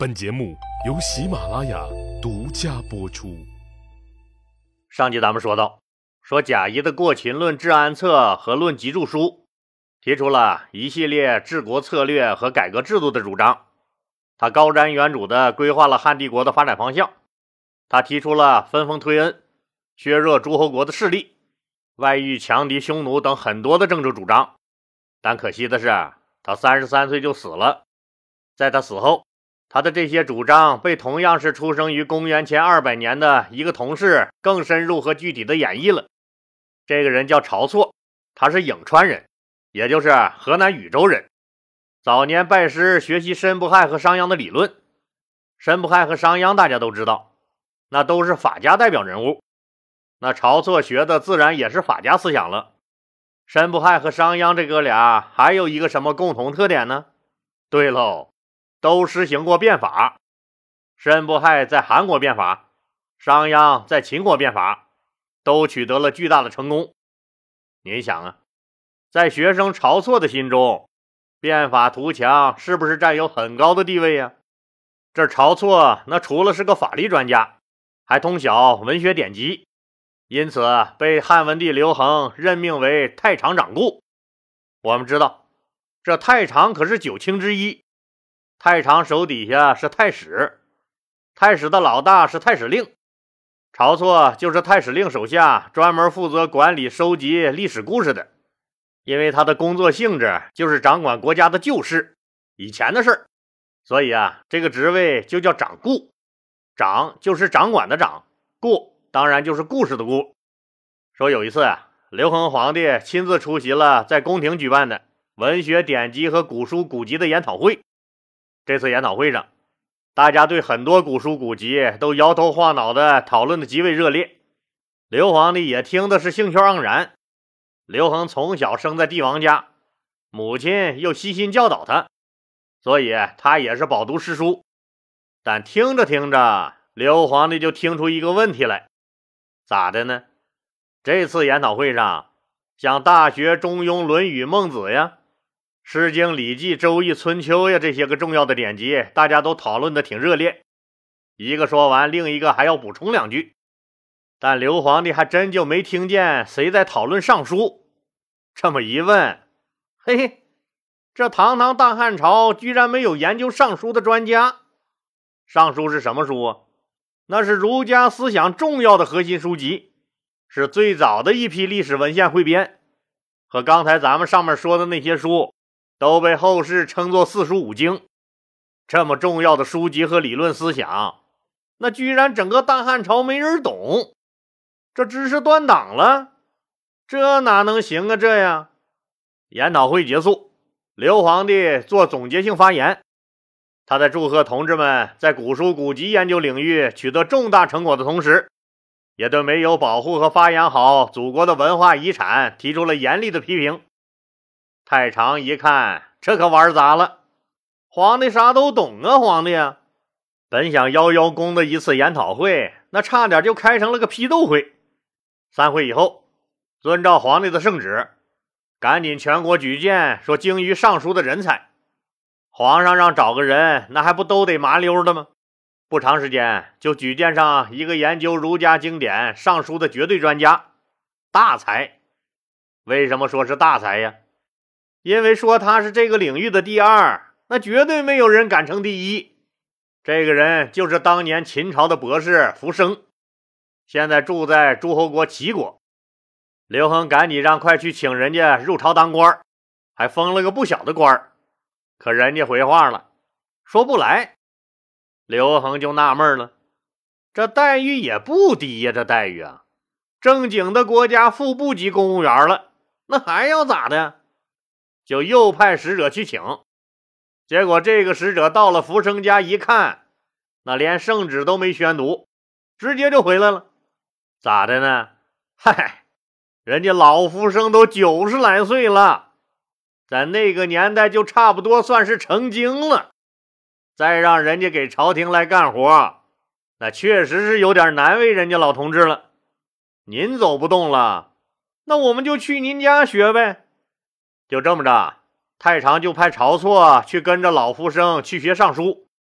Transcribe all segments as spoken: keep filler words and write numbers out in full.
本节目由喜马拉雅独家播出。 上集咱们说到，说贾谊的《过秦论治安策》和《论集注书》提出了一系列治国策略和改革制度的主张，他高瞻远瞩地规划了汉帝国的发展方向，他提出了分封推恩、削弱诸侯国的势力、外御强敌匈奴等很多的政治主张。但可惜的是，他三十三岁就死了。在他死后，他的这些主张被同样是出生于公元前二百年的一个同事更深入和具体的演绎了。这个人叫晁错，他是颍川人，也就是河南禹州人。早年拜师学习申不害和商鞅的理论。申不害和商鞅大家都知道，那都是法家代表人物，那晁错学的自然也是法家思想了。申不害和商鞅这哥俩还有一个什么共同特点呢？对喽，都实行过变法。申不害在韩国变法，商鞅在秦国变法，都取得了巨大的成功。您想啊，在学生晁错的心中，变法图强是不是占有很高的地位呀？这晁错那除了是个法律专家，还通晓文学典籍，因此被汉文帝刘恒任命为太常掌故。我们知道，这太常可是九卿之一，太常手底下是太史，太史的老大是太史令，晁错就是太史令手下专门负责管理收集历史故事的。因为他的工作性质就是掌管国家的旧事，以前的事儿，所以啊，这个职位就叫掌故。掌就是掌管的掌，故当然就是故事的故。说有一次啊，刘恒皇帝亲自出席了在宫廷举办的文学典籍和古书古籍的研讨会。这次研讨会上，大家对很多古书古籍都摇头晃脑的讨论的极为热烈。刘皇帝也听的是兴趣盎然。刘恒从小生在帝王家，母亲又悉心教导他，所以他也是饱读诗书。但听着听着，刘皇帝就听出一个问题来。咋的呢？这次研讨会上，像大学、中庸、论语、孟子呀、诗经、礼记、周易、春秋呀，这些个重要的典籍，大家都讨论的挺热烈。一个说完，另一个还要补充两句。但刘皇帝还真就没听见谁在讨论尚书。这么一问，嘿嘿，这堂堂大汉朝居然没有研究尚书的专家。尚书是什么书啊？那是儒家思想重要的核心书籍，是最早的一批历史文献汇编，和刚才咱们上面说的那些书都被后世称作四书五经。这么重要的书籍和理论思想，那居然整个大汉朝没人懂，这知识断档了，这哪能行啊？这样，研讨会结束，刘皇帝做总结性发言。他在祝贺同志们在古书古籍研究领域取得重大成果的同时，也对没有保护和发扬好祖国的文化遗产提出了严厉的批评。太常一看，这可玩砸了，皇帝啥都懂啊，皇帝啊！本想邀邀功的一次研讨会，那差点就开成了个批斗会。散会以后，遵照皇帝的圣旨，赶紧全国举荐说精于尚书的人才。皇上让找个人，那还不都得麻溜的吗？不长时间就举荐上一个研究儒家经典尚书的绝对专家，大才。为什么说是大才呀？因为说他是这个领域的第二，那绝对没有人敢称第一。这个人就是当年秦朝的博士福生，现在住在诸侯国齐国。刘恒赶紧让快去请人家入朝当官，还封了个不小的官。可人家回话了，说不来。刘恒就纳闷了，这待遇也不低呀，这待遇啊，正经的国家副部级公务员了，那还要咋的？就又派使者去请。结果这个使者到了福生家一看，那连圣旨都没宣读，直接就回来了。咋的呢？嗨，人家老福生都九十来岁了，在那个年代就差不多算是成精了，再让人家给朝廷来干活，那确实是有点难为人家老同志了。您走不动了，那我们就去您家学呗。就这么着，太常就派晁错去跟着老福生去学尚书。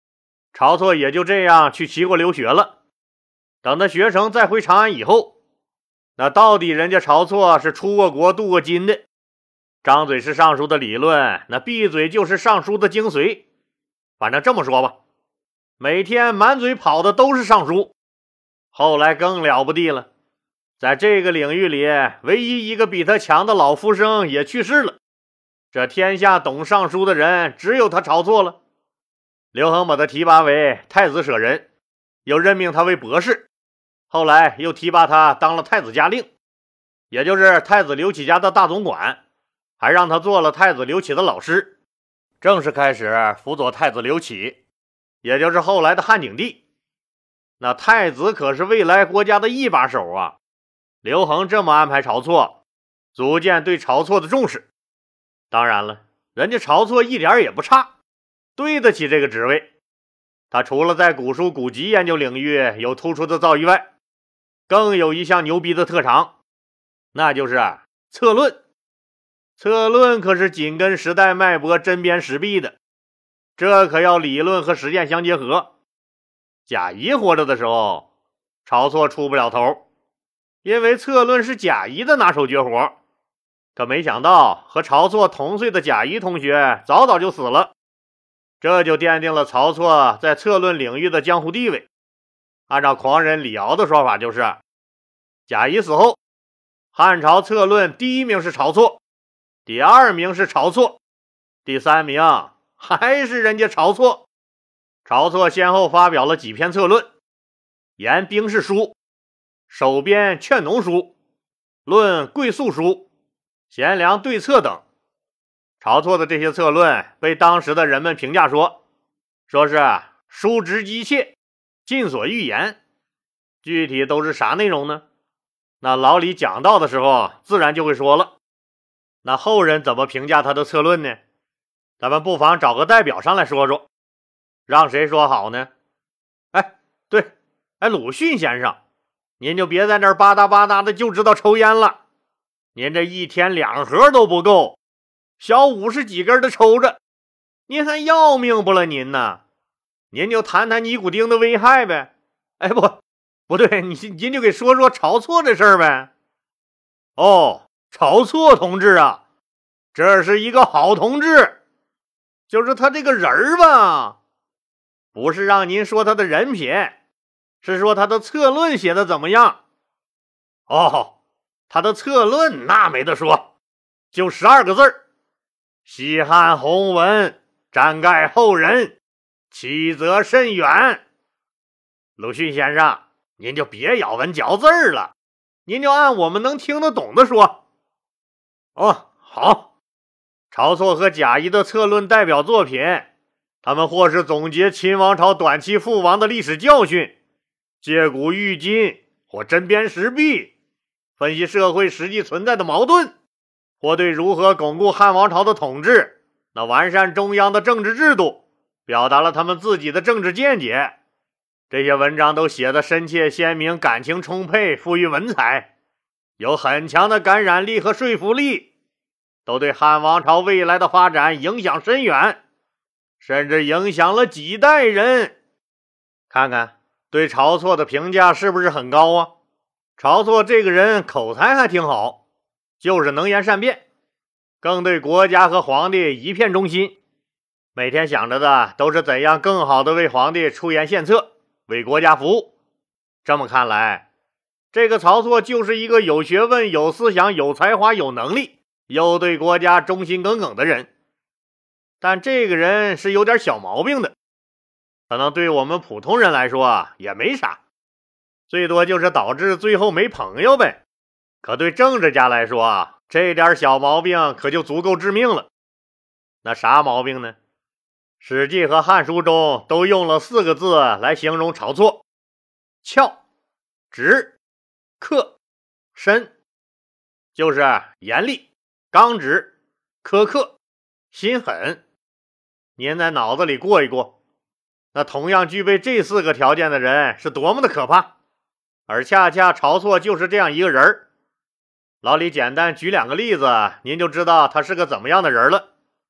晁错也就这样去齐国留学了。等他学成再回长安以后，那到底人家晁错是出过国镀过金的，张嘴是尚书的理论，那闭嘴就是尚书的精髓。反正这么说吧，每天满嘴跑的都是尚书。后来更了不地了，在这个领域里，唯一一个比他强的老夫生也去世了。这天下懂尚书的人只有他晁错了。刘恒把他提拔为太子舍人，又任命他为博士，后来又提拔他当了太子家令，也就是太子刘启家的大总管，还让他做了太子刘启的老师，正式开始辅佐太子刘启，也就是后来的汉景帝。那太子可是未来国家的一把手啊，刘恒这么安排晁错，足见对晁错的重视。当然了，人家晁错一点也不差，对得起这个职位。他除了在古书古籍研究领域有突出的造诣外，更有一项牛逼的特长，那就是策论。策论可是紧跟时代脉搏，针砭时弊的，这可要理论和实践相结合。贾谊活着的时候，晁错出不了头，因为策论是贾谊的拿手绝活。可没想到和晁错同岁的贾谊同学早早就死了，这就奠定了晁错在策论领域的江湖地位。按照狂人李敖的说法，就是贾谊死后，汉朝策论第一名是晁错，第二名是晁错，第三名还是人家晁错。晁错先后发表了几篇策论，言兵士书、守边劝农书、论贵粟书、贤良对策等。晁错的这些策论被当时的人们评价说，说是书直机切，尽所欲言。具体都是啥内容呢？那老李讲到的时候自然就会说了。那后人怎么评价他的策论呢？咱们不妨找个代表上来说说。让谁说好呢？哎，对，哎，鲁迅先生，您就别在那儿吧嗒吧嗒的就知道抽烟了。您这一天两盒都不够，小五十几根的抽着，您还要命不了您呢？您就谈谈尼古丁的危害呗。哎，不，不对，你您就给说说晁错这事儿呗。哦，晁错同志啊，这是一个好同志，就是他这个人儿吧。不是让您说他的人品，是说他的策论写的怎么样。哦，他的策论那没得说，就十二个字儿：西汉弘文，瞻盖后人，启则甚远。鲁迅先生，您就别咬文嚼字了，您就按我们能听得懂的说。哦，好。晁错和贾谊的策论代表作品，他们或是总结秦王朝短期覆亡的历史教训，借古喻今，或针砭时弊，分析社会实际存在的矛盾，或对如何巩固汉王朝的统治，那完善中央的政治制度，表达了他们自己的政治见解。这些文章都写得深切鲜明，感情充沛，富于文采，有很强的感染力和说服力，都对汉王朝未来的发展影响深远，甚至影响了几代人。看看对晁错的评价是不是很高啊？晁错这个人口才还挺好，就是能言善辩，更对国家和皇帝一片忠心，每天想着的都是怎样更好的为皇帝出言献策，为国家服务。这么看来，这个晁错就是一个有学问、有思想、有才华、有能力，又对国家忠心耿耿的人。但这个人是有点小毛病的，可能对我们普通人来说也没啥，最多就是导致最后没朋友呗。可对政治家来说，这点小毛病可就足够致命了。那啥毛病呢？史记和汉书中都用了四个字来形容晁错：翘、直、克、深，就是严厉、刚直、苛刻、心狠。您在脑子里过一过，那同样具备这四个条件的人是多么的可怕，而恰恰晁错就是这样一个人。老李简单举两个例子，您就知道他是个怎么样的人了。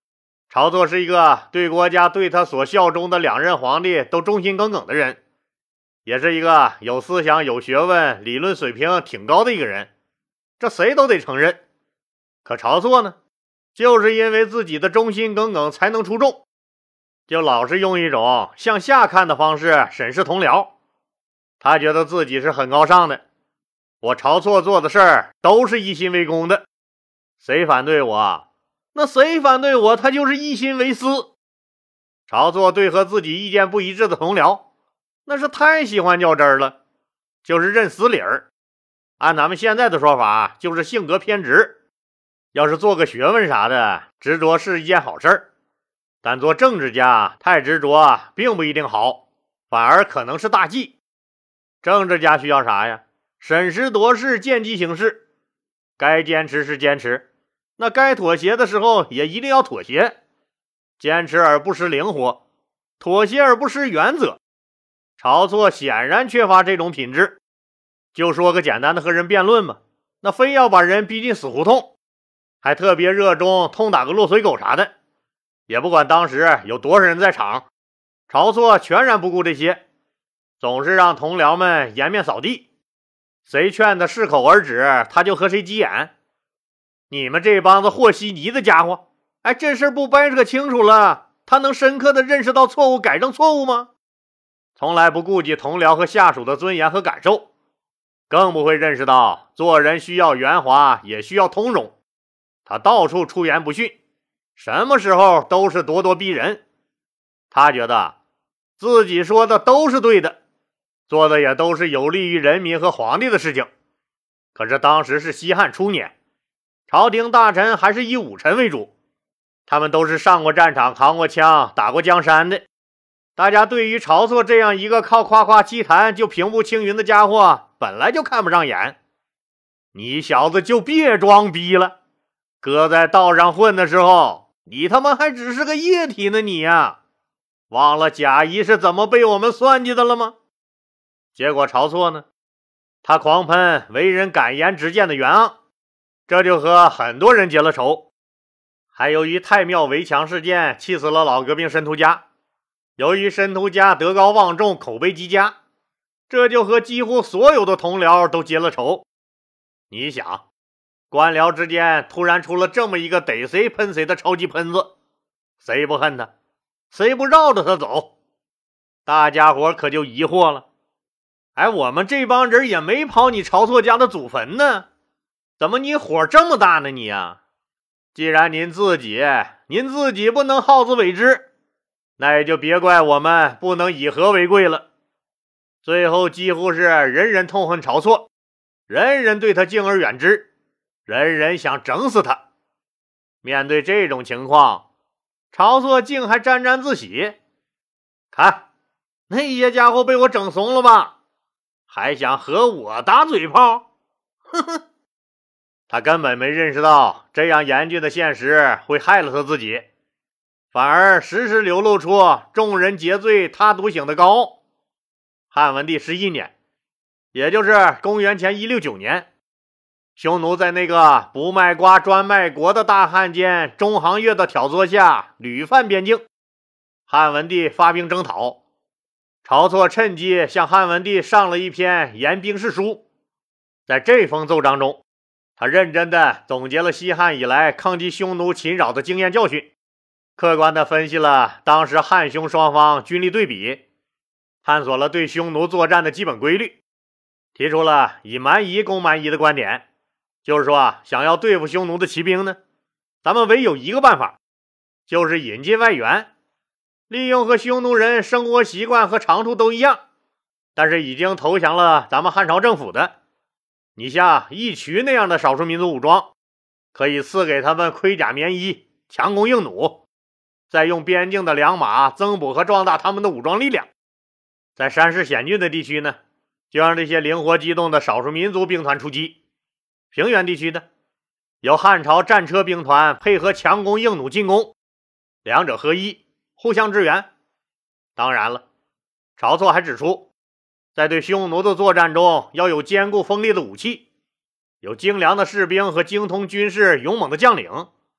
晁错是一个对国家对他所效忠的两任皇帝都忠心耿耿的人，也是一个有思想有学问理论水平挺高的一个人，这谁都得承认。可晁错呢，就是因为自己的忠心耿耿才能出众，就老是用一种向下看的方式审视同僚。他觉得自己是很高尚的，我晁错做的事儿都是一心为公的，谁反对我，那谁反对我，他就是一心为私。晁错对和自己意见不一致的同僚，那是太喜欢较真儿了，就是认死理儿。按咱们现在的说法，就是性格偏执。要是做个学问啥的，执着是一件好事儿，但做政治家太执着并不一定好，反而可能是大忌。政治家需要啥呀？审时度势，见机行事。该坚持是坚持，那该妥协的时候也一定要妥协。坚持而不失灵活，妥协而不失原则。晁错显然缺乏这种品质。就说个简单的和人辩论吧，那非要把人逼进死胡同，还特别热衷痛打个落水狗啥的，也不管当时有多少人在场，晁错全然不顾这些，总是让同僚们颜面扫地，谁劝他适口而止，他就和谁急眼。你们这帮子和稀泥的家伙，哎，这事不掰扯清楚了，他能深刻的认识到错误，改正错误吗？从来不顾及同僚和下属的尊严和感受，更不会认识到做人需要圆滑，也需要通融。他到处出言不逊，什么时候都是咄咄逼人。他觉得自己说的都是对的，做的也都是有利于人民和皇帝的事情。可是当时是西汉初年，朝廷大臣还是以武臣为主，他们都是上过战场、扛过枪、打过江山的。大家对于晁错这样一个靠夸夸其谈就平步青云的家伙，本来就看不上眼。你小子就别装逼了，搁在道上混的时候，你他妈还只是个液体呢你呀！忘了贾谊是怎么被我们算计的了吗？结果晁错呢，他狂喷为人敢言直谏的袁盎，这就和很多人结了仇。还由于太庙围墙事件气死了老革命申屠嘉，由于申屠嘉德高望重，口碑极佳，这就和几乎所有的同僚都结了仇。你想，官僚之间突然出了这么一个逮谁喷谁的超级喷子，谁不恨他？谁不绕着他走？大家伙可就疑惑了，哎，我们这帮人也没跑你晁错家的祖坟呢，怎么你火这么大呢你啊？既然您自己您自己不能好自为之，那也就别怪我们不能以和为贵了。最后几乎是人人痛恨晁错，人人对他敬而远之，人人想整死他。面对这种情况，晁错竟还沾沾自喜，看那些家伙被我整怂了吧，还想和我打嘴炮，呵呵。他根本没认识到这样严峻的现实会害了他自己，反而时时流露出众人皆醉他独醒的高傲。汉文帝十一年，也就是公元前一六九年，匈奴在那个不卖瓜专卖国的大汉奸中行月的挑唆下屡犯边境，汉文帝发兵征讨，晁错趁机向汉文帝上了一篇言兵事书。在这封奏章中，他认真地总结了西汉以来抗击匈奴侵扰的经验教训，客观地分析了当时汉匈双方军力对比，探索了对匈奴作战的基本规律，提出了以蛮夷攻蛮夷的观点，就是说想要对付匈奴的骑兵呢，咱们唯有一个办法，就是引进外援，利用和匈奴人生活习惯和长处都一样，但是已经投降了咱们汉朝政府的，你像义渠那样的少数民族武装，可以赐给他们盔甲棉衣，强弓硬弩，再用边境的良马增补和壮大他们的武装力量。在山势险峻的地区呢，就让这些灵活机动的少数民族兵团出击，平原地区呢，由汉朝战车兵团配合强弓硬弩进攻，两者合一，互相支援。当然了，晁错还指出，在对匈奴的作战中，要有坚固锋利的武器，有精良的士兵和精通军事勇猛的将领。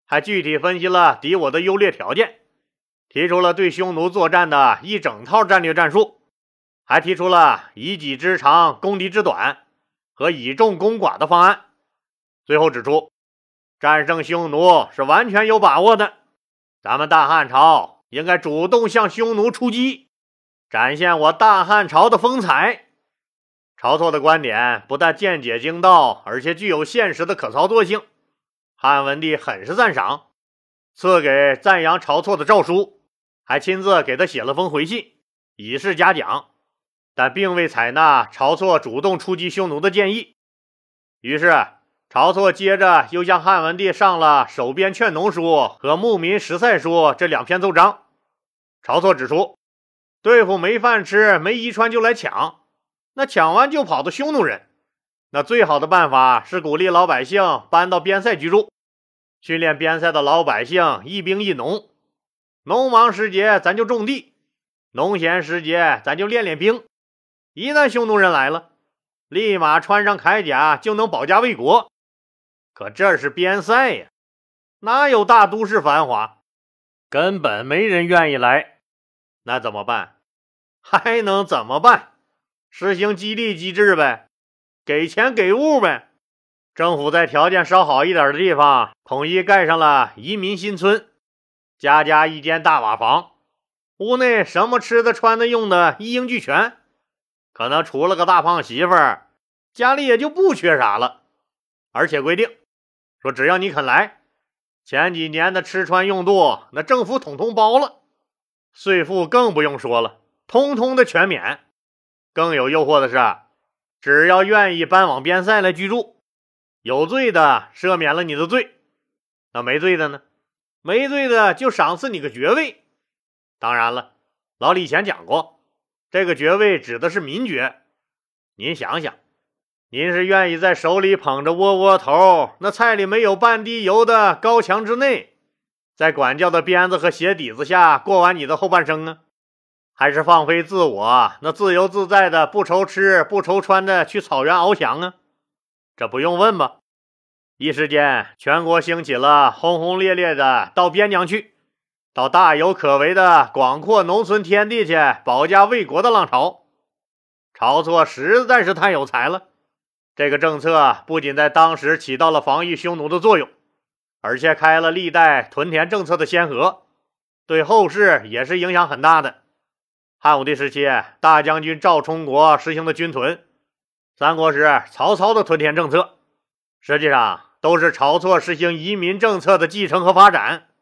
还具体分析了敌我的优劣条件，提出了对匈奴作战的一整套战略战术，还提出了以己之长攻敌之短和以众攻寡的方案。最后指出，战胜匈奴是完全有把握的，咱们大汉朝应该主动向匈奴出击，展现我大汉朝的风采。晁错的观点不但见解精到，而且具有现实的可操作性，汉文帝很是赞赏，赐给赞扬晁错的诏书，还亲自给他写了封回信，以示嘉奖，但并未采纳晁错主动出击匈奴的建议。于是晁错接着又向汉文帝上了守边劝农书和牧民实塞书这两篇奏章。晁错指出，对付没饭吃没衣穿就来抢，那抢完就跑的匈奴人，那最好的办法是鼓励老百姓搬到边塞居住，训练边塞的老百姓一兵一农，农忙时节咱就种地，农闲时节咱就练练兵，一旦匈奴人来了，立马穿上铠甲就能保家卫国。可这是边塞呀，哪有大都市繁华，根本没人愿意来。那怎么办？还能怎么办？实行激励机制呗，给钱给物呗。政府在条件稍好一点的地方统一盖上了移民新村，家家一间大瓦房，屋内什么吃的穿的用的一应俱全，可能除了个大胖媳妇儿，家里也就不缺啥了。而且规定说，只要你肯来，前几年的吃穿用度那政府统统包了，税负更不用说了，通通的全免。更有诱惑的是，只要愿意搬往边塞来居住，有罪的赦免了你的罪，那没罪的呢？没罪的就赏赐你个爵位。当然了，老李以前讲过，这个爵位指的是民爵。您想想，您是愿意在手里捧着窝窝头，那菜里没有半滴油的高墙之内，在管教的鞭子和鞋底子下过完你的后半生啊，还是放飞自我，那自由自在的不愁吃不愁穿的去草原翱翔啊？这不用问吧。一时间全国兴起了轰轰烈烈的到边疆去，到大有可为的广阔农村天地去保家卫国的浪潮。晁错实在是太有才了，这个政策不仅在当时起到了防御匈奴的作用，而且开了历代屯田政策的先河，对后世也是影响很大的。汉武帝时期，大将军赵充国实行的军屯，三国时曹操的屯田政策，实际上都是晁错实行移民政策的继承和发展。